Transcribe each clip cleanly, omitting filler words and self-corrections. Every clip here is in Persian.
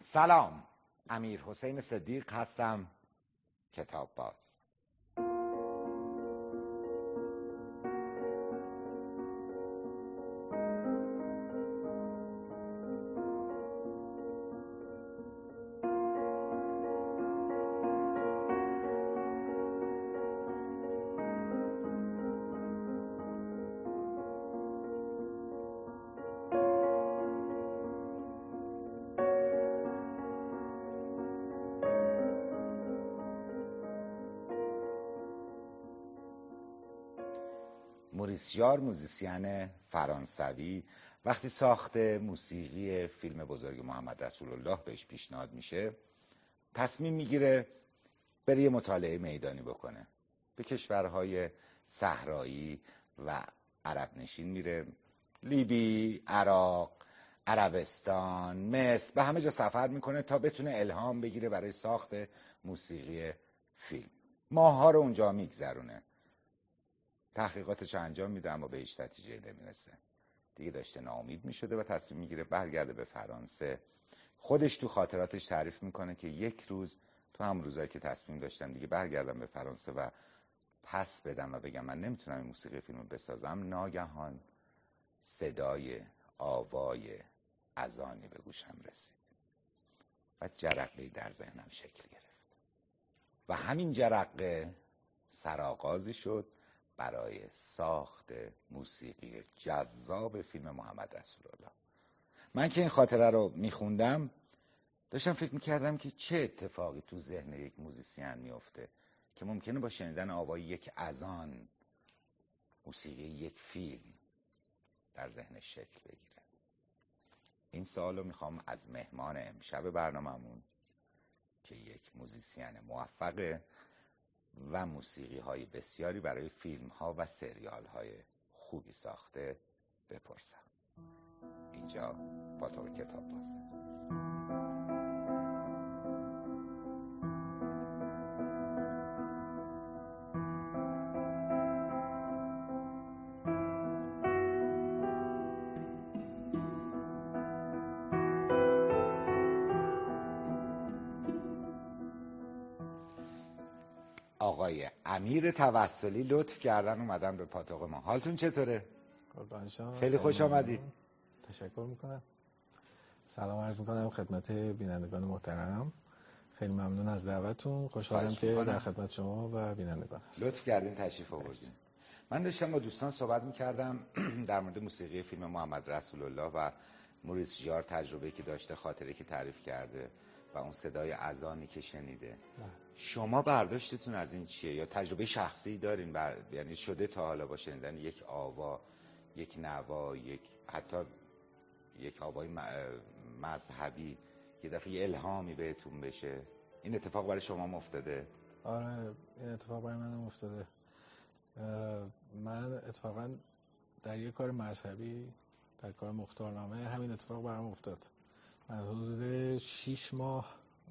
سلام، امیر حسین صدیق هستم، کتاب باز. موریس ژار، موزیسین فرانسوی، وقتی ساخت موسیقی فیلم بزرگ محمد رسول الله بهش پیشنهاد میشه، تصمیم میگیره بره یه مطالعه میدانی بکنه. به کشورهای صحرایی و عرب نشین میره، لیبی، عراق، عربستان، مصر، به همه جا سفر میکنه تا بتونه الهام بگیره برای ساخت موسیقی فیلم. ماه‌ها رو اونجا میگذرونه، تحقیقاتش انجام میده، اما به هیچ نتیجه نمیرسه. دیگه داشته ناامید میشده و تصمیم میگیره برگرده به فرانسه. خودش تو خاطراتش تعریف میکنه که یک روز تو هم روزایی که تصمیم داشتم دیگه برگردم به فرانسه و پس بدم و بگم من نمیتونم این موسیقی فیلم رو بسازم، ناگهان صدای آوای اذانی به گوشم رسید و جرقه‌ای در ذهنم شکل گرفت و همین جرقه سرآغازی شد برای ساخت موسیقی جذاب فیلم محمد رسول الله. من که این خاطره رو میخوندم داشتم فکر میکردم که چه اتفاقی تو ذهن یک موزیسین میفته که ممکنه با شنیدن آوای یک اذان موسیقی یک فیلم در ذهنش شکل بگیره. این سوال رو میخوام از مهمان امشب برنامه‌مون که یک موزیسین موفقه و موسیقی های بسیاری برای فیلم ها و سریال های خوبی ساخته بپرسم. اینجا پاتوق کتاب بازه. آقای امیر توسلی لطف کردن اومدن به پاتوق ما. حالتون چطوره؟ خیلی خوش آمدید. تشکر میکنم. سلام عرض میکنم خدمت بینندگان محترم. خیلی ممنون از دعوتتون. خوشحالم که در خدمت شما و بینندگان هستم. لطف کردین تشریف آوردین. من داشتم با دوستان صحبت میکردم در مورد موسیقی فیلم محمد رسول الله و موریس ژار، تجربه‌ای که داشته، خاطره که تعریف کرده و اون صدای اذانی که شنیده. شما برداشتتون از این چیه؟ یا تجربه شخصی دارین یعنی شده تا حالا با شنیدن یک آوا، یک نوا، حتی یک آوای مذهبی یه دفعه یه الهامی بهتون بشه؟ این اتفاق برای شما افتاده؟ آره، این اتفاق برای منم افتاده. من اتفاقا در یک کار مذهبی، در کار مختارنامه، همین اتفاق برام افتاد. من حدود 6 ماه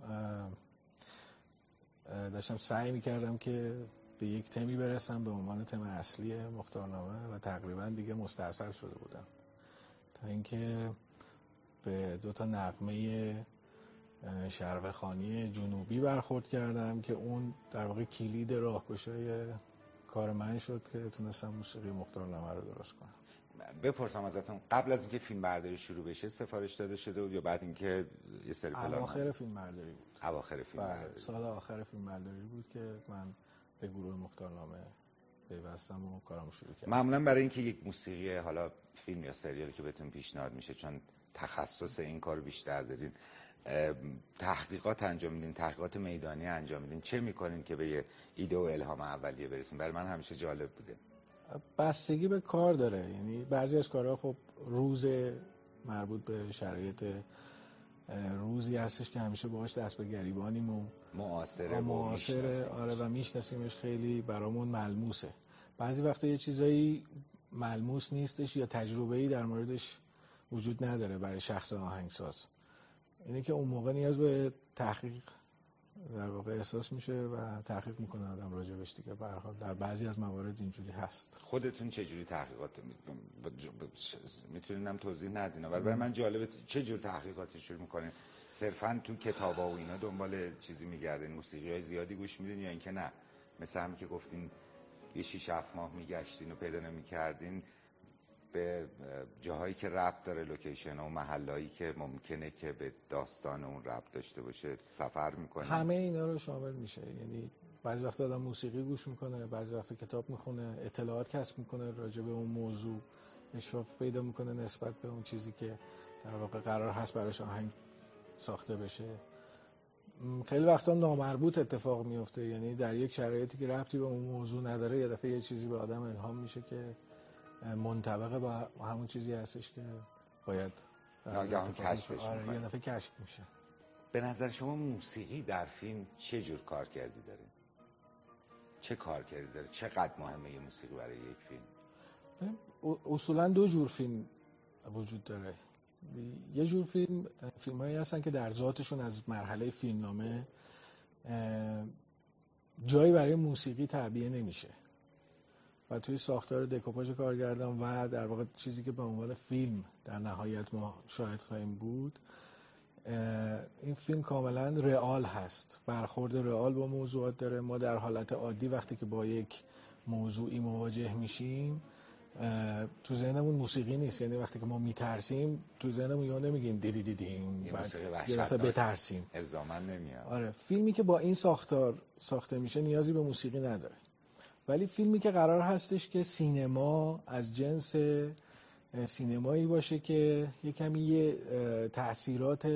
داشتم سعی میکردم که به یک تمی برسم به عنوان تم اصلی مختارنامه و تقریبا دیگه مستاصل شده بودم تا اینکه به 2 نغمه شرقخوانی جنوبی برخورد کردم که اون در واقع کلید راهگشای کار من شد که تونستم موسیقی مختارنامه رو درست کنم. بپرسم ازتون، قبل از اینکه فیلم برداری شروع بشه سفارش داده شده بود یا بعد اینکه یه سری پلان؟ اواخر فیلم برداری بود. اواخر فیلم برداری. سال آخر فیلم برداری بود که من به گروه مختارنامه پیوستم و کارم شروع کردم. معمولا برای اینکه یک موسیقی حالا فیلم یا سریالی که بهتون پیشنهاد میشه، چون تخصص این کارو بیشتر دارین، تحقیقات انجام میدین، تحقیقات میدانی انجام میدین، چه میکنین که به یه ایده و الهام اولیه برسین؟ برای من همیشه جالب بوده. بستگی به کار داره. یعنی بعضی از کارها خب روز مربوط به شرایط روزی هستش که همیشه باهاش دست به گریبانیم و معاصره. آره، و میشناسیمش، خیلی برامون ملموسه. بعضی وقتا یه چیزایی ملموس نیستش یا تجربه‌ای در موردش وجود نداره برای شخص آهنگساز. اینه که اون موقع نیاز به تحقیق در واقع احساس میشه و تحقیق میکنه آدم راجبش دیگه. به هر حال در بعضی از موارد اینجوری هست. خودتون چه جوری تحقیقات میتونین هم توضیح ندین، ولی برای من جالبه چه جور تحقیقاتی شروع میکنین؟ صرفا تو کتابا و اینا دنبال چیزی میگردین، موسیقی‌های زیادی گوش میدین، یا اینکه نه مثل هم که گفتین یه 6-7 ماه میگشتین و پیدا نمیکردین، به جاهایی که ربط داره، لوکیشن و محلهایی که ممکنه که به داستان اون ربط داشته باشه سفر میکنه؟ همه اینا رو شامل میشه. یعنی بعضی وقتا آدم موسیقی گوش میکنه، بعضی وقتا کتاب میخونه، اطلاعات کسب میکنه راجع به اون موضوع، اشراف پیدا میکنه نسبت به اون چیزی که در واقع قرار هست براش آهنگ ساخته بشه. خیلی وقتا نامربوط اتفاق میفته، یعنی در یک شرایطی که ربطی به اون موضوع نداره یه دفعه یه چیزی به آدم الهام میشه که منطبق با همون چیزی هستش که باید ناگهان کشفش میکنه. یه دفعه کشف میشه. به نظر شما موسیقی در فیلم چه جور کارکردی داره؟ چه کارکردی داره؟ چقدر مهمه یه موسیقی برای یک فیلم؟ اصولا دو جور فیلم وجود داره. یه جور فیلم‌هایی هستن که در ذاتشون از مرحله فیلمنامه جایی برای موسیقی تعبیه نمیشه و توی ساختار دکوپاژ کارگردان و در واقع چیزی که به عنوان فیلم در نهایت ما شاهد خواهیم بود، این فیلم کاملا رئال هست، برخورد رئال با موضوعات داره. ما در حالت عادی وقتی که با یک موضوعی مواجه میشیم تو ذهنمون موسیقی نیست، یعنی وقتی که ما میترسیم تو ذهنمون یا نمیگیم دیدی دیدیم یه دفعه بترسیم، الزاما نمیاد. آره، فیلمی که با این ساختار ساخته میشه نیازی به موسیقی نداره. ولی فیلمی که قرار هستش که سینما از جنس سینمایی باشه که یه کمی یه تأثیرات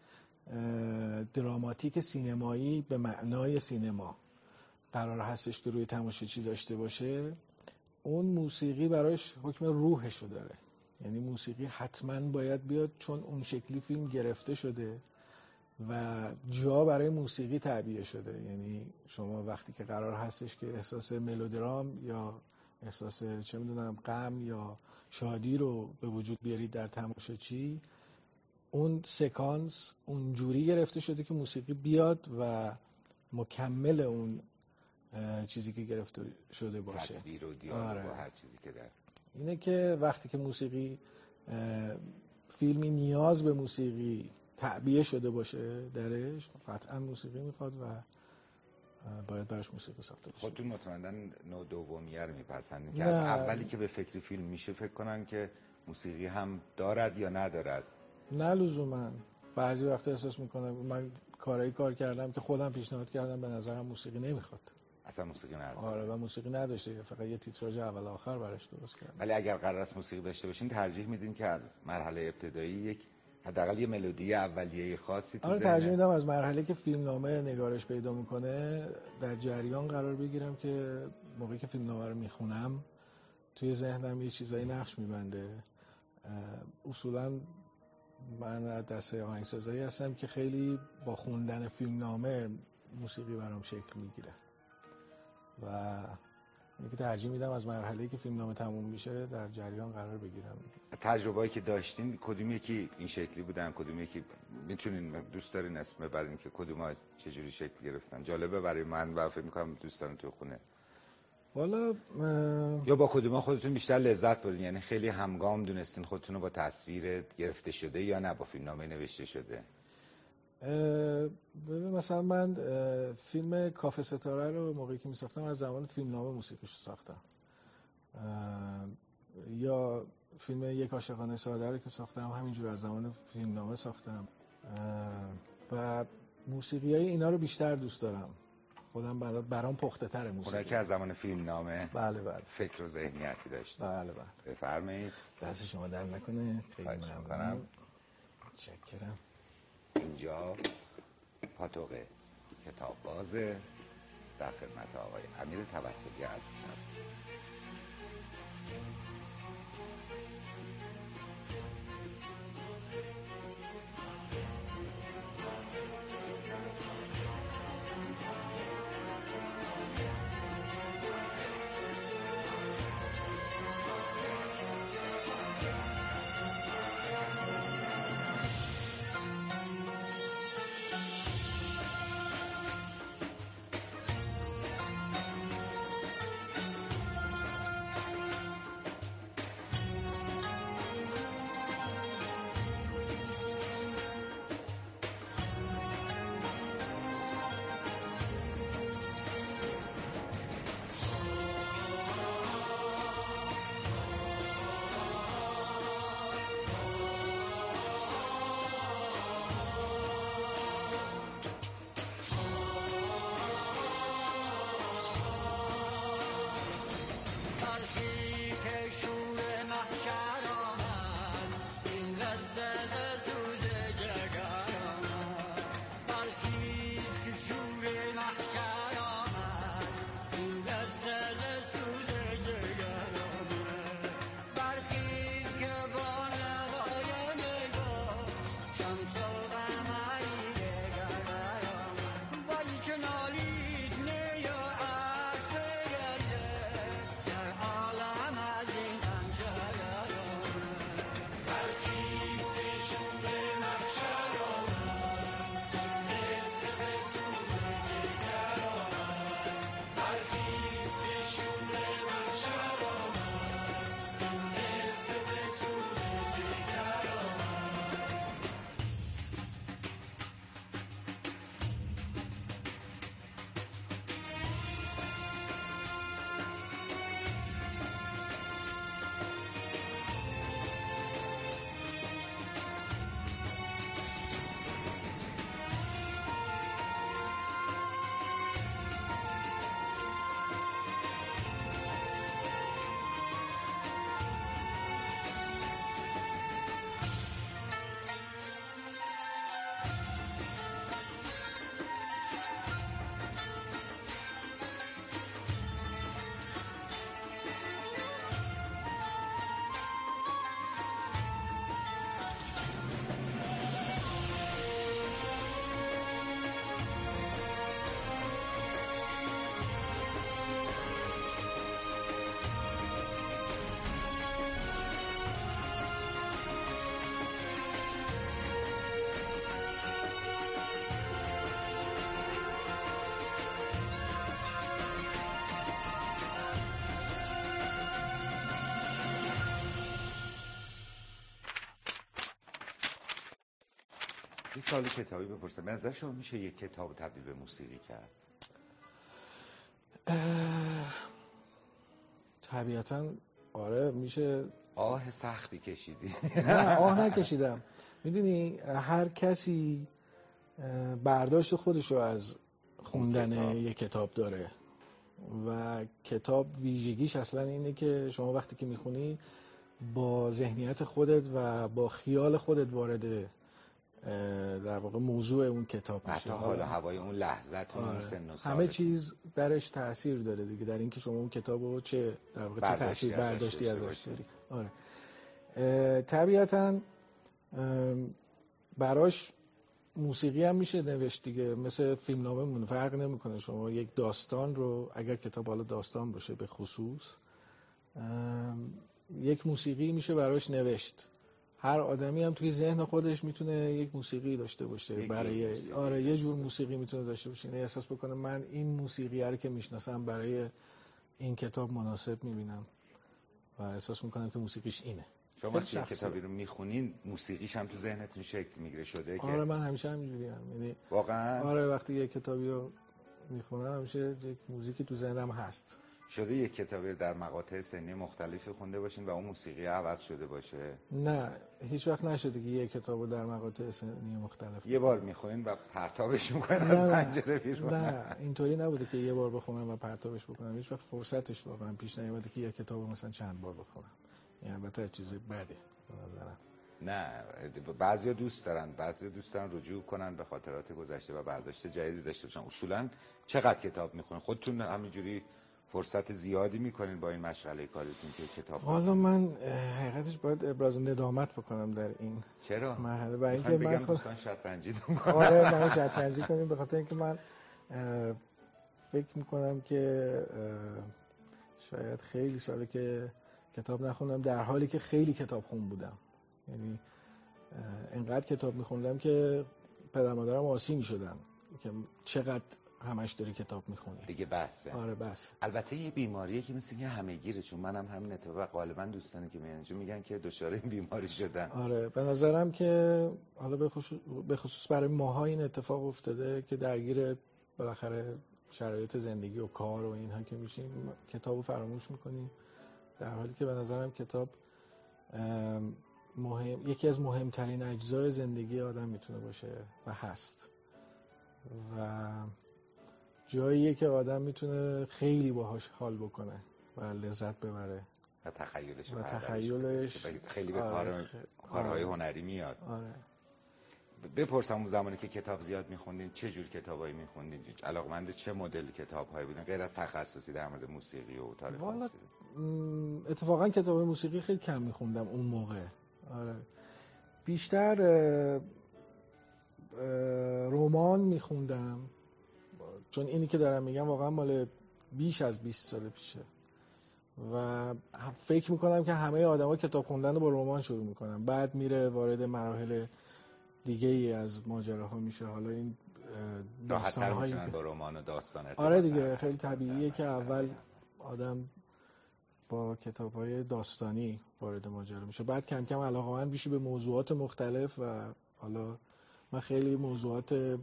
دراماتیک سینمایی به معنای سینما قرار هستش که روی تماشاچی داشته باشه، اون موسیقی براش حکم روحشو داره. یعنی موسیقی حتما باید بیاد، چون اون شکلی فیلم گرفته شده و جا برای موسیقی تعبیه شده. یعنی شما وقتی که قرار هستش که احساس ملودرام یا احساس چه میدونم غم یا شادی رو به وجود بیارید در تماشاچی، اون سکانس اون جوری گرفته شده که موسیقی بیاد و مکمل اون چیزی که گرفته شده باشه، تصویر و دیالوگ و هر چیزی که در اینه که وقتی که موسیقی فیلمی نیاز به موسیقی تعبیه شده باشه درش، قطعا موسیقی میخواد و باید براش موسیقی ساخته بشه. خودتون مطمئناً نوع دومیه رو میپسندین که از اولی که به فکر فیلم میشه فکر کنن که موسیقی هم دارد یا ندارد؟ نه لزوما. بعضی وقت احساس میکنم من کار کردم که خودم پیشنهاد کردم به نظرم موسیقی نمیخواد، اصلا موسیقی نداشته. آره، و موسیقی نداشته، فقط یه تیتراژ اول آخر براش درست کردم. ولی اگر قرار است موسیقی داشته باشین ترجیح میدین که از مرحله ابتدایی یک حداقل یه ملودی اولیه خاصی تو آره ترجیح میدم از مرحله که فیلمنامه نگارش پیدا میکنه در جریان قرار بگیرم که موقعی که فیلمنامه رو میخونم توی ذهنم یه چیزایی نقش میبنده. اصولا من از دسته آهنگسازایی هستم که خیلی با خوندن فیلمنامه موسیقی برام شکل میگیره و اینه که ترجیح میدم از مرحله‌ای که فیلمنامه تموم میشه در جریان قرار بگیرم. تجربه‌ای که داشتین کدوم یکی این شکلی بودن، کدوم یکی میتونین دوست دارین اسم ببرین که کدوم‌ها چجوری شکل گرفتن؟ جالبه برای من و فکر می‌کنم دوستان تو خونه. والا یا با کدوم‌ها خودتون بیشتر لذت بردین؟ یعنی خیلی همگام دونستین خودتون رو با تصویر گرفته شده یا نه با فیلمنامه نوشته شده؟ ببین مثلا من فیلم کافه ستاره رو موقعی که می‌ساختم از زمان فیلمنامه موسیقیش ساختم، یا فیلم یک عاشقانه ساده رو که ساختم همینجور از زمان فیلمنامه ساختم و موسیقیای اینا رو بیشتر دوست دارم. خودم برام پخته تره موسیقی. اونایی که از زمان فیلمنامه بله فکر و ذهنیتی داشت. بله بفرمایید. دست شما در نکنه. خیلی ممنونم. متشکرم. اینجا پاتوق کتاب بازه، در خدمت آقای امیر توسلی عزیز هستیم. یه سال کتابی بپرسم، به نظر شما میشه یک کتاب تبدیل به موسیقی کرد؟ طبیعتاً آره میشه. آه سختی کشیدی؟ نه آه نکشیدم. میدونی هر کسی برداشت خودش رو از خوندن یک کتاب داره و کتاب ویژگیش اصلا اینه که شما وقتی که میخونی با ذهنیت خودت و با خیال خودت وارد در واقع موضوع اون کتاب میشه. حتی حال هوای اون لحظت اون سن و سال همه چیز درش تأثیر داره دیگه، در اینکه شما اون کتابو چه در واقع چه تأثیر برداشتی ازش داری. آره طبیعتاً براش موسیقی هم میشه نوشت دیگه، مثل فیلمنامه مون فرق نمیکنه. شما یک داستان رو اگر کتاب حالا داستان باشه به خصوص یک موسیقی میشه براش نوشت. هر آدمی هم توی ذهن خودش میتونه یک موسیقی داشته باشه برای آره یه جور موسیقی میتونه داشته باشه، یعنی احساس بکنه من این موسیقی رو که میشناسم برای این کتاب مناسب میبینم و احساس میکنم که موسیقیش اینه. شما وقتی کتابی رو میخونین موسیقیش هم تو ذهنتون شکل میگیره شده؟ آره من همیشه همینجوری ام، یعنی واقعا آره وقتی یک کتابی رو میخونم همیشه یک موزیکی تو ذهنم هست. شده یک کتابی در مقاطع سنی مختلفی خونده باشین و اون موسیقی عوض شده باشه؟ نه هیچ وقت نشده که یک کتاب رو در مقاطع سنی مختلف یه بار میخونین و پرتابش میکنین از پنجره بیرون؟ نه اینطوری نبوده که یه بار بخونم و پرتابش بکنم، هیچ وقت فرصتش واقعا پیش نیومده که یک کتاب رو مثلا چند بار بخونم. یعنی البته چیزی بده به نظرم. نه بعضیا دوست دارن رجوع کنن به خاطرات گذشته و برداشت جدیدی داشته باشن. اصولا چقدر کتاب میخونین؟ خودتون همینجوری فرصت زیادی میکنین با این مشغله کاریتون که کتاب؟ والا من حقیقتش باید ابراز ندامت بکنم در این چرا؟ مرحله، برای اینکه من دوستان شطرنجی کنم. آره من شطرنجی کنیم، به خاطر اینکه من فکر میکنم که شاید خیلی ساله که کتاب نخوندم، در حالی که خیلی کتاب خون بودم. یعنی انقدر کتاب میخوندم که پدر مادرم آسی میشدن که چقدر همش داری کتاب میخونی دیگه بسه. آره بس. البته یه بیماریه که مثل که همه‌گیره، چون منم همین اتفاق غالبا دوستانی که میگن که دچار این بیماری شدن. آره به نظرم که حالا به خصوص برای ماها این اتفاق افتاده که درگیر بالاخره شرایط زندگی و کار و اینها که میشیم کتابو فراموش میکنیم، در حالی که به نظرم کتاب یکی از مهمترین اجزای زندگی آدم میتونه باشه و هست و جاییه که آدم میتونه خیلی باهاش حال بکنه و لذت ببره و تخیلش خیلی به کارهای هنری میاد. آره. بپرسم اون زمانی که کتاب زیاد میخوندین چه جور کتابایی میخوندین؟ علاقمند چه مدل کتاب‌هایی بودین غیر از تخصصی در مورد موسیقی و تاریخ موسیقی؟ اتفاقا کتاب موسیقی خیلی کم میخوندم اون موقع. آره بیشتر رمان میخوندم، چون اینی که دارم میگم واقعا مال بیش از 20 سال پیشه و فکر میکنم که همه آدما کتاب خوندن رو با رمان شروع میکنن، بعد میره وارد مراحل دیگه ای از ماجراها میشه. حالا این داستان‌هایی میتونن با رمان و داستان ارتباط آره دیگه خیلی طبیعیه که اول آدم با کتاب‌های داستانی وارد ماجرا میشه، بعد کم کم علاقه‌مند میشه به موضوعات مختلف و حالا من خیلی موضوعات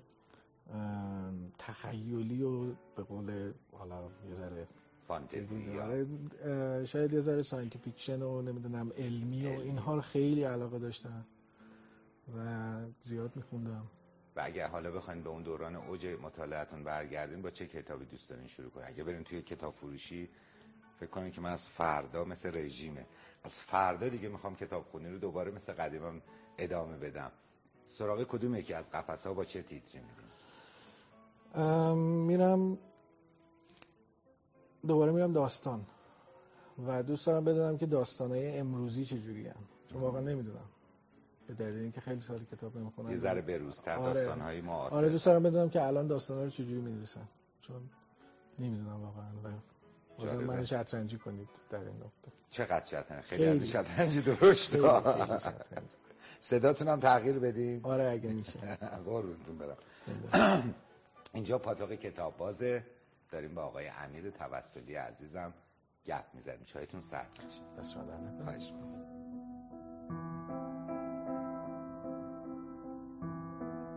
تخیلی و به قول حالا یه ذره فانتزی شاید یه ذره ساینتی فیکشن و نمیدونم علمی و اینها رو خیلی علاقه داشتم و زیاد میخوندم. و اگه حالا بخواید به اون دوران اوج مطالعه‌تون برگردین با چه کتابی دوست دارین شروع کنین؟ اگه برین توی کتاب فروشی فکر کنین که من از فردا مثل رژیمه، از فردا دیگه میخوام کتاب خونی رو دوباره مثل قدیمم ادامه بدم، سراغ کدوم یکی از قفس‌ها با چه تیتری میرین؟ دوباره میرم داستان و دوست دارم بدونم که داستانای امروزی چجوری هستن، چون واقعا نمیدونم به دلیل اینکه خیلی سال کتاب نمیخونم. یه ذره بروزتر داستان‌های معاصر. آره دوست دارم بدونم که الان داستانا رو چجوری می‌نویسن، چون نمیدونم واقعا. مثلا من شطرنجی کنید در این نقطه. چقدر شطرنج؟ خیلی از شطرنجی درشت. صداتون هم تغییر بدیم. آره اگه میشه. قربونتون برم. اینجا پاتوق کتاب بازه، داریم با آقای امیر توسلی عزیزم گپ میزنیم. چایتون سرد نشه. دست شما در نکنه. خواهش می‌کنم.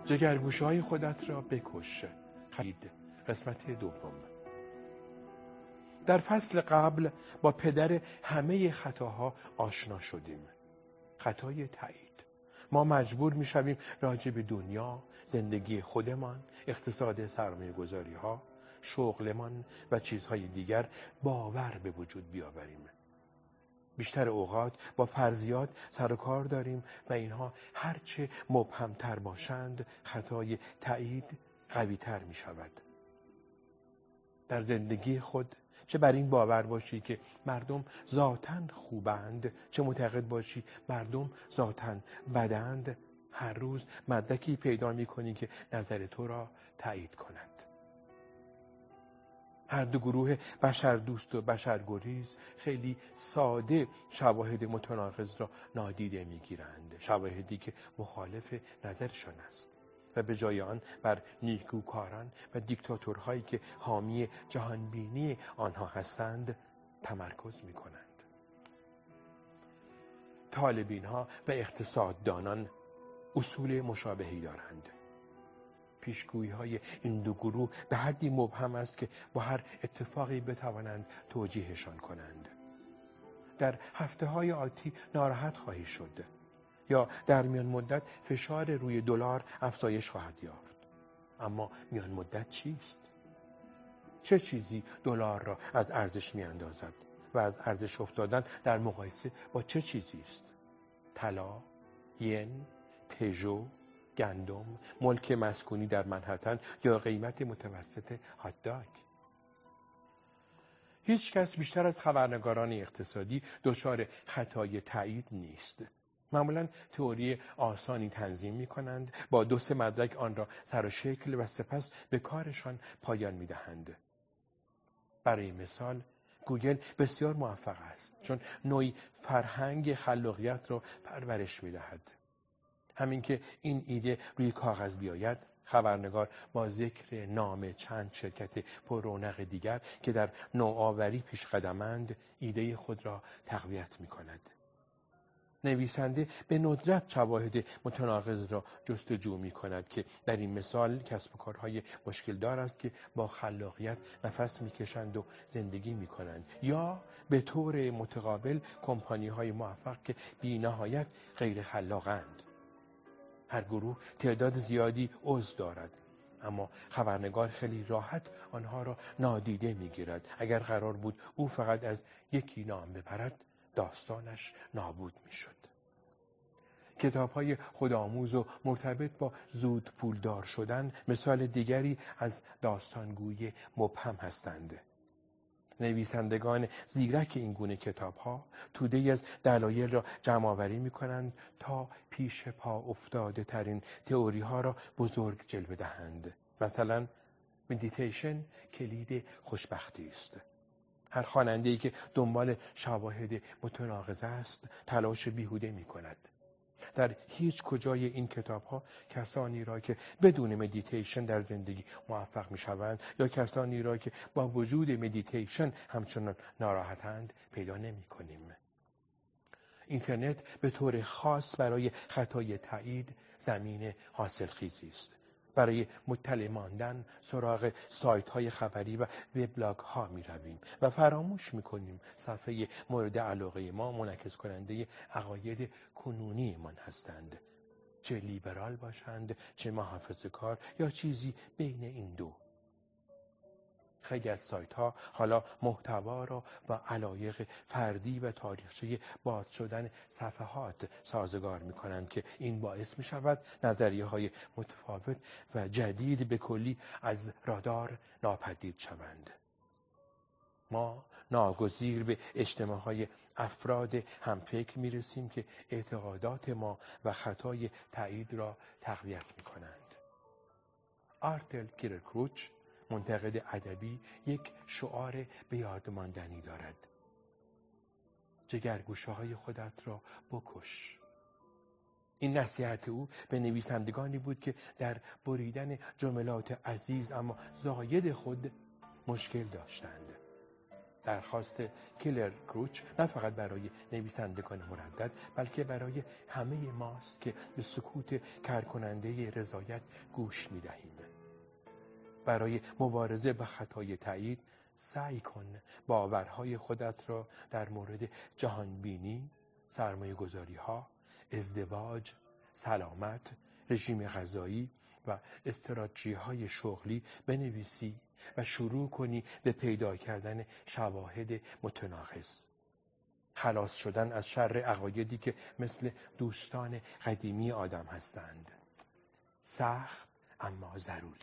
جگرگوشه‌های خودت را بکش. خرید. قسمت دوم. در فصل قبل با پدر همه خطاها آشنا شدیم. خطای تایید. ما مجبور می‌شویم راجع به دنیا، زندگی خودمان، اقتصاد سرمایه‌گذاری‌ها، شغلمان و چیزهای دیگر باور به وجود بیاوریم. بیشتر اوقات با فرضیات سر و کار داریم و اینها هرچه مبهمتر باشند خطای تایید قوی‌تر می‌شود. در زندگی خود چه بر این باور باشی که مردم ذاتاً خوبند، چه معتقد باشی مردم ذاتاً بدند، هر روز مدرکی پیدا می‌کنی که نظر تو را تایید کند. هر دو گروه بشردوست و بشرگریز خیلی ساده شواهد متناقض را نادیده می‌گیرند، شواهدی که مخالف نظرشان است و به جای آن بر نیکوکاران و دیکتاتورهایی که حامی جهانبینی آنها هستند تمرکز می‌کنند. طالبین‌ها و اقتصاددانان اصول مشابهی دارند. پیشگویی‌های این دو گروه به حدی مبهم است که با هر اتفاقی بتوانند توجیهشان کنند. در هفته‌های آتی ناراحت خواهی شد یا در میان مدت فشار روی دلار افزایش خواهد یافت. اما میان مدت چیست؟ چه چیزی دلار را از ارزش می‌اندازد و از ارزش افتادن در مقایسه با چه چیزی است؟ طلا، ین، پژو، گندم، ملک مسکونی در منهتن یا قیمت متوسط هات داگ؟ هیچ کس بیشتر از خبرنگاران اقتصادی دچار خطای تایید نیست. معمولاً تئوری آسانی تنظیم می‌کنند، با 2-3 مدرک آن را سر و شکل و سپس به کارشان پایان می‌دهند. برای مثال گوگل بسیار موفق است چون نوعی فرهنگ خلاقیت را پرورش می‌دهد. همین که این ایده روی کاغذ بیاید، خبرنگار با ذکر نام چند شرکت پر رونق دیگر که در نوآوری پیش قدمند ایده خود را تقویت می‌کند. نویسنده به ندرت شواهد متناقض را جستجو می‌کند که در این مثال کسب و کارهای مشکل دار است که با خلاقیت نفس می‌کشند و زندگی می‌کنند، یا به طور متقابل کمپانی‌های موفق که بی‌نهایت غیر خلاقند. هر گروه تعداد زیادی عضو دارد، اما خبرنگار خیلی راحت آنها را نادیده می‌گیرد. اگر قرار بود او فقط از یکی نام ببرد، داستانش نابود می‌شد. کتاب‌های خودآموز و مرتبط با زود پولدار شدن مثال دیگری از داستانگویی مبهم هستند. نویسندگان زیرک این گونه کتاب‌ها توده‌ای از دلایل را جمع‌آوری می‌کنند تا پیش پا افتاده ترین تئوری‌ها را بزرگ جلوه دهند. مثلا مدیتیشن کلید خوشبختی است. هر خواننده‌ای که دنبال شواهد متناقض است تلاش بیهوده می‌کند. در هیچ کجای این کتاب‌ها کسانی را که بدون مدیتیشن در زندگی موفق می‌شوند یا کسانی را که با وجود مدیتیشن همچنان ناراحتند پیدا نمی‌کنیم. اینترنت به طور خاص برای خطای تایید زمین حاصلخیزی است. برای مطلع ماندن سراغ سایت‌های خبری و وبلاگ‌ها می‌رویم و فراموش می‌کنیم صفحه مورد علاقه ما منعکس کننده عقاید کنونی من هستند، چه لیبرال باشند، چه محافظه‌کار یا چیزی بین این دو. خیلی از سایت‌ها حالا محتوا را با علایق فردی و تاریخچه باز شدن صفحات سازگار می‌کنند که این باعث می‌شود نظریه‌های متفاوت و جدید به کلی از رادار ناپدید شوند. ما ناگزیر به اجتماع‌های افراد همفکر می‌رسیم که اعتقادات ما و خطای تایید را تقویت می‌کنند. آرتل کیرکروچ منتقد ادبی یک شعار به یاد ماندنی دارد: جگرگوشه‌های خودت را بکش. این نصیحت او به نویسندگانی بود که در بریدن جملات عزیز اما زاید خود مشکل داشتند. درخواست کیلر کروچ نه فقط برای نویسندگان مردد بلکه برای همه ماست که به سکوت کارکننده رضایت گوش می‌دهیم. برای مبارزه با خطای تایید سعی کن باورهای خودت را در مورد جهانبینی، سرمایه‌گذاری‌ها، ازدواج، سلامت، رژیم غذایی و استراتژی‌های شغلی بنویسی و شروع کنی به پیدا کردن شواهد متناقض. خلاص شدن از شر عقایدی که مثل دوستان قدیمی آدم هستند. سخت اما ضروری.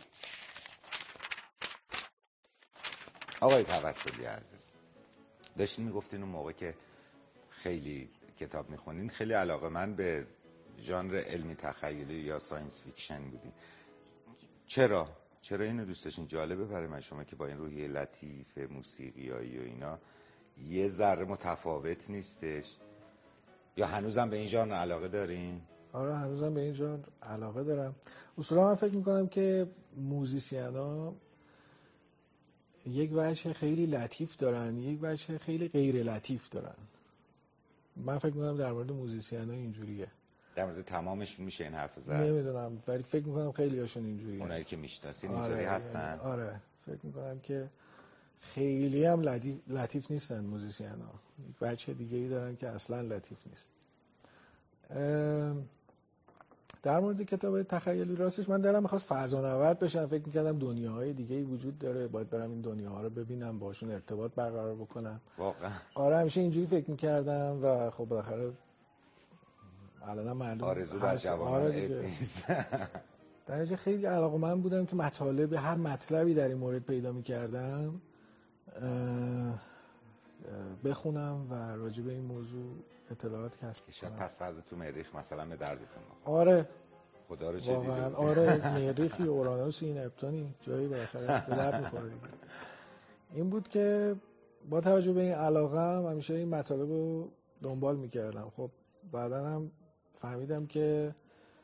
آقای توسلی عزیز، داشتین میگفتین اون موقع که خیلی کتاب میخونین خیلی علاقه‌مند به ژانر علمی تخیلی یا ساینس فیکشن بودین. چرا اینو دوست داشتین؟ جالبه برای من شما که با این روحیه لطیف موسیقیایی و اینا یه ذره متفاوت نیستش یا هنوزم به این ژانر علاقه دارین؟ آره هنوزم به این ژانر علاقه دارم. اصولا من فکر میکنم که موزیسینا یک وجه خیلی لطیف دارن، یک وجه خیلی غیر لطیف دارن. من فکر میکنم در مورد موزیسینا اینجوریه. در مورد تمامشون میشه این حرف زد؟ نمیدونم ولی فکر میکنم خیلی هاشون اینجوریه. اونایی که میشناسین اینجوری هستن؟ آره فکر میکنم که خیلی هم لطیف نیستن موزیسینا. بچه دیگه ای دارن که اصلا لطیف نیست. در مورد کتاب تخیلی راستش من دلم می‌خواست فضانورد بشم. فکر می‌کردم دنیاهای دیگه‌ای وجود داره، باید برم این دنیاها رو ببینم، باشون ارتباط برقرار بکنم. واقعا آره همیشه اینجوری فکر می‌کردم و خب بالاخره الانم معلومه آرزو در جوانان نیست. در نتیجه خیلی علاقه‌مند بودم که مطالب هر مطلبی در این مورد پیدا می‌کردم بخونم و راجع به این موضوع اطلاعات کسب کنم. پس فرض تو مریخ مثلا به دردتون بخوره. آره خدا رو چه دیدی؟ آره مریخی، اورانوسی، نپتونی جایی بالاخره به درد می‌خوره دیگه. این بود که با توجه به این علاقه‌ام همیشه این مطالب رو دنبال می‌کردم. خب بعداً هم فهمیدم که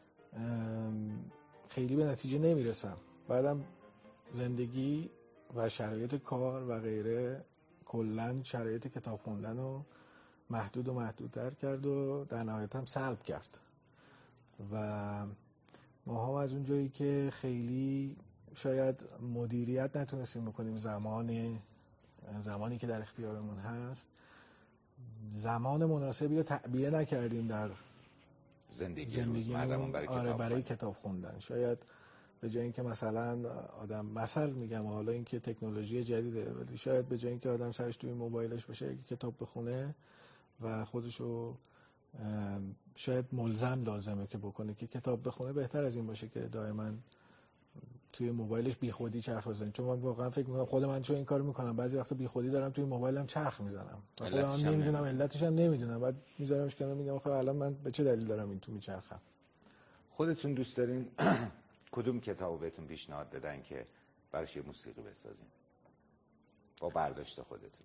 خیلی به نتیجه نمیرسم. بعدم زندگی و شرایط کار و غیره کلاً شرایط کتاب خوندن رو محدود و محدودتر کرد و در نهایت هم سلب کرد و ما هم از اون جایی که خیلی شاید مدیریت نتونستیم بکنیم زمانی که در اختیارمون هست، زمان مناسبی رو تعبیه نکردیم در زندگی برای کتاب خوندن. شاید به جای اینکه مثلا آدم مثل میگم حالا اینکه تکنولوژی جدیده، ولی شاید به جای اینکه آدم سرش توی موبایلش بشه کتاب بخونه و خودشو شاید ملزم لازمه که بکنه که کتاب بخونه، بهتر از این باشه که دائما توی موبایلش بیخودی چرخ بزنه. چون من واقعا فکر میکنم خود من چون این کارو میکنم بعضی وقتا بیخودی دارم توی موبایلم چرخ میزنم، خودم نمیدونم علتش هم نمیدونم، بعد میذارمش کنار میگم آخه الان من به چه دلیل دارم این تو میچرخم. خودتون دوست دارین کدوم کتابو بهتون پیشنهاد بدن که براش یه موسیقی بسازین با برداشت خودتون؟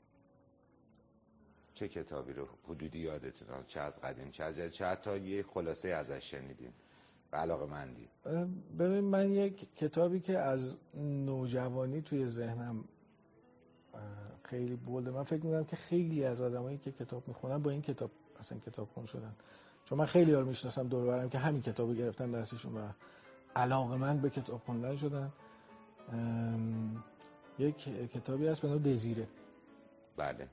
چه کتابی رو حدودی یادتون، چه از قدیم چه از جدید، چه حتی یه خلاصه ازش شنیدین و علاقه‌مندی؟ ببین من یک کتابی که از نوجوانی توی ذهنم خیلی بولده، من فکر می‌کنم که خیلی از آدمایی که کتاب میخونن با این کتاب اصلا کتابخون شدن. چون من خیلی ها رو میشناسم دور و برم که همین کتابو گرفتن دستشون و علاقه‌مند به کتاب خوندن شدن. یک کتابی هست به نام دزیره. بله.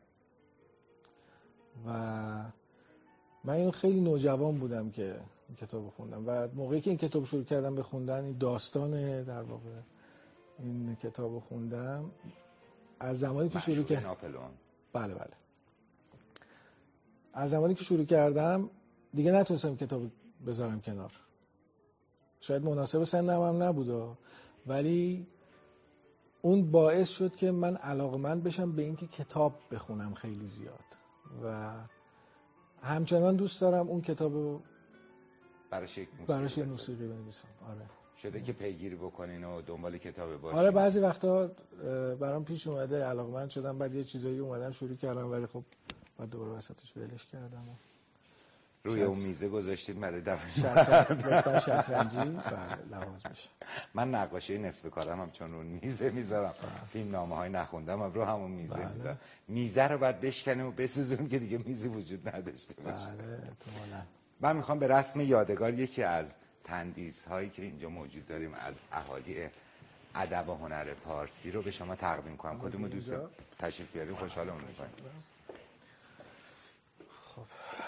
و من اینو خیلی نوجوان بودم که این کتاب خوندم و موقعی که این کتاب شروع کردم به خوندن، این داستان در واقع این کتاب خوندم از زمانی که شروع کردم. بله از زمانی که شروع کردم دیگه نتونستم کتاب بذارم کنار. شاید مناسب سنم هم نبود ولی اون باعث شد که من علاقه‌مند بشم به اینکه کتاب بخونم خیلی زیاد و همچنان دوست دارم اون کتابو براش موسیقی بنویسم. آره. شده که پیگیری بکنین و دنبال کتاب باشین؟ آره بعضی وقتا برام پیش اومده علاقه‌مند شدم، بعد یه چیزایی اومدم شروع کردم ولی خب بعد دوباره وسطش ولش کردم. روی اون میزه گذاشتید برای دفعه دفتر شطرنجی لحاظ میشه. من نقاشی نصف کارم هم چون رو میزه میذارم، فیلم نامه های نخوندم هم رو همون میزه میذارم. میزه رو باید بشکنیم و بسوزونیم که دیگه میزی وجود نداشته باشه. من میخوام به رسم یادگار یکی از تندیس هایی که اینجا موجود داریم از اهالی ادب و هنر پارسی رو به شما تقدیم کنم. کدوم دوست تشریف بیاریم خوشحالمون میکنیم. خب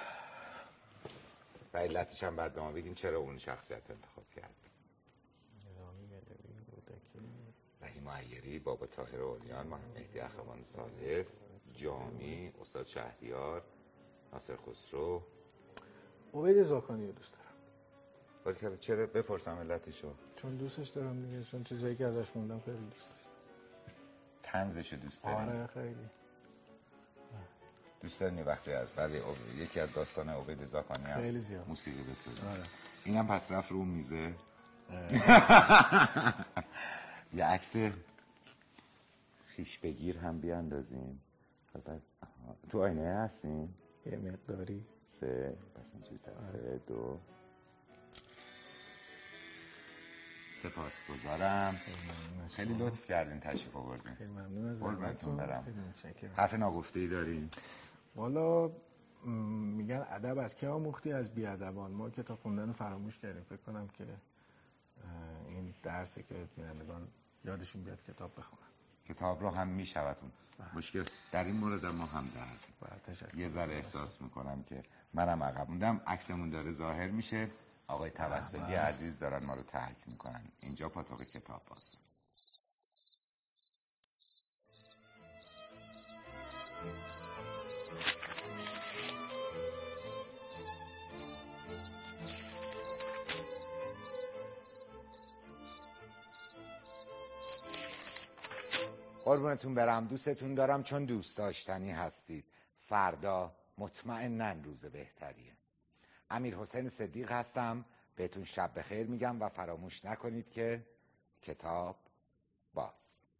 و علتش هم بعد به ما بگیم چرا اون شخصیت انتخاب کرد. رحیم عیری، بابا طاهر اولیان، مهدی اخوان ثالث، جامی، استاد شهریار، ناصر خسرو. عبید زاکانی رو دوست دارم. ولی چرا؟ بپرسم علتشو. چون دوستش دارم دیگه، چون چیزایی که ازش موندم خیلی دوست داشتم. طنزش دوست دارم. آره خیلی دوست دارم یه وقتی از یکی از داستان عبید زاکانی هم خیلی زیاد موسیقی بسازیم. آره. اینم پس رفت رو میزه. یه عکس خیش بگیر هم بیاندازیم. تو آینه هستیم؟ یه مقداری. 3 پس اینجوری 3 2. سپاسگزارم. خیلی لطف کردین تشریف آوردین. خیلی ممنون از قربونتون برم. حرف ناگفته‌ای دارین؟ والا میگن ادب از که آموختی؟ از بیادبان. ما کتاب خوندن رو فراموش کردیم. فکر کنم که این درسی که بینندگان یادشون بیاد کتاب بخونن. کتاب رو هم میشودتون. مشکل در این مورد ما هم درد. یه ذره احساس میکنم که منم عقب موندم. عکسمون داره ظاهر میشه. آقای توسلی عزیز دارن ما رو تحریک میکنن. اینجا پاتوق کتاب باز. قربونتون برم، دوستتون دارم چون دوست داشتنی هستید. فردا مطمئناً روز بهتریه. امیر حسین صدیق هستم، بهتون شب بخیر میگم و فراموش نکنید که کتاب باز.